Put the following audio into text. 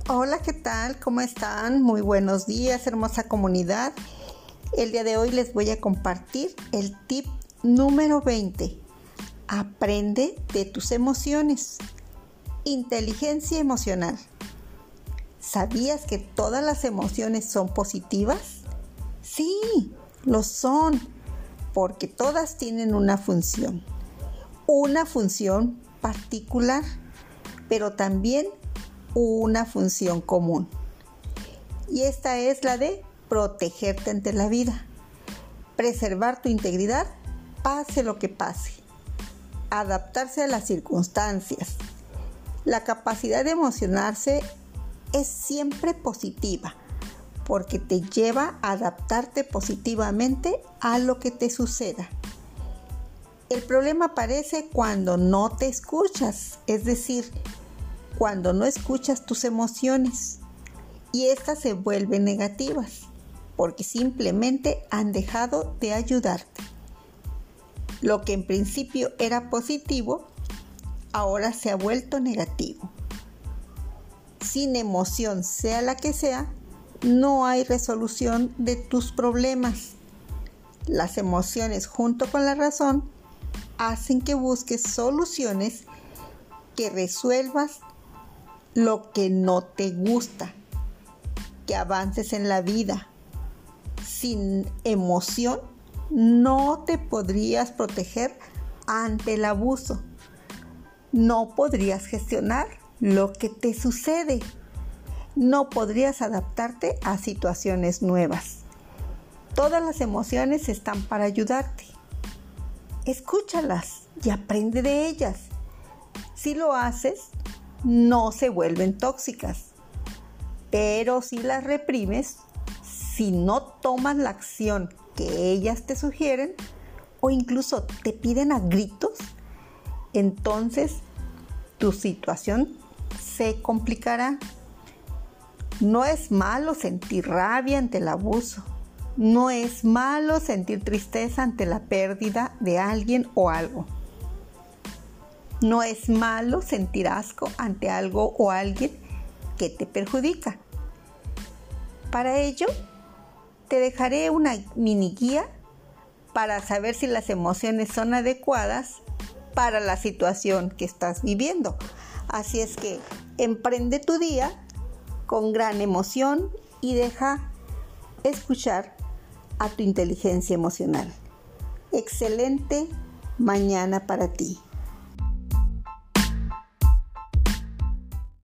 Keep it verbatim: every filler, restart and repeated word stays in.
Hola, ¿qué tal? ¿Cómo están? Muy buenos días, hermosa comunidad. El día de hoy les voy a compartir el tip número veinte. Aprende de tus emociones. Inteligencia emocional. ¿Sabías que todas las emociones son positivas? Sí, lo son, porque todas tienen una función. Una función particular, pero también una función común. Y esta es la de protegerte ante la vida, preservar tu integridad, pase lo que pase, adaptarse a las circunstancias. La capacidad de emocionarse es siempre positiva, porque te lleva a adaptarte positivamente a lo que te suceda. El problema aparece cuando no te escuchas, es decir, cuando no escuchas tus emociones y estas se vuelven negativas porque simplemente han dejado de ayudarte. Lo que en principio era positivo, ahora se ha vuelto negativo. Sin emoción, sea la que sea, no hay resolución de tus problemas. Las emociones junto con la razón hacen que busques soluciones, que resuelvas lo que no te gusta, que avances en la vida. Sin emoción no te podrías proteger ante el abuso. No podrías gestionar lo que te sucede. No podrías adaptarte a situaciones nuevas. Todas las emociones están para ayudarte. Escúchalas y aprende de ellas. Si lo haces, no se vuelven tóxicas, pero si las reprimes, si no tomas la acción que ellas te sugieren o incluso te piden a gritos, entonces tu situación se complicará. No es malo sentir rabia ante el abuso, no es malo sentir tristeza ante la pérdida de alguien o algo. No es malo sentir asco ante algo o alguien que te perjudica. Para ello, te dejaré una mini guía para saber si las emociones son adecuadas para la situación que estás viviendo. Así es que emprende tu día con gran emoción y deja escuchar a tu inteligencia emocional. Excelente mañana para ti.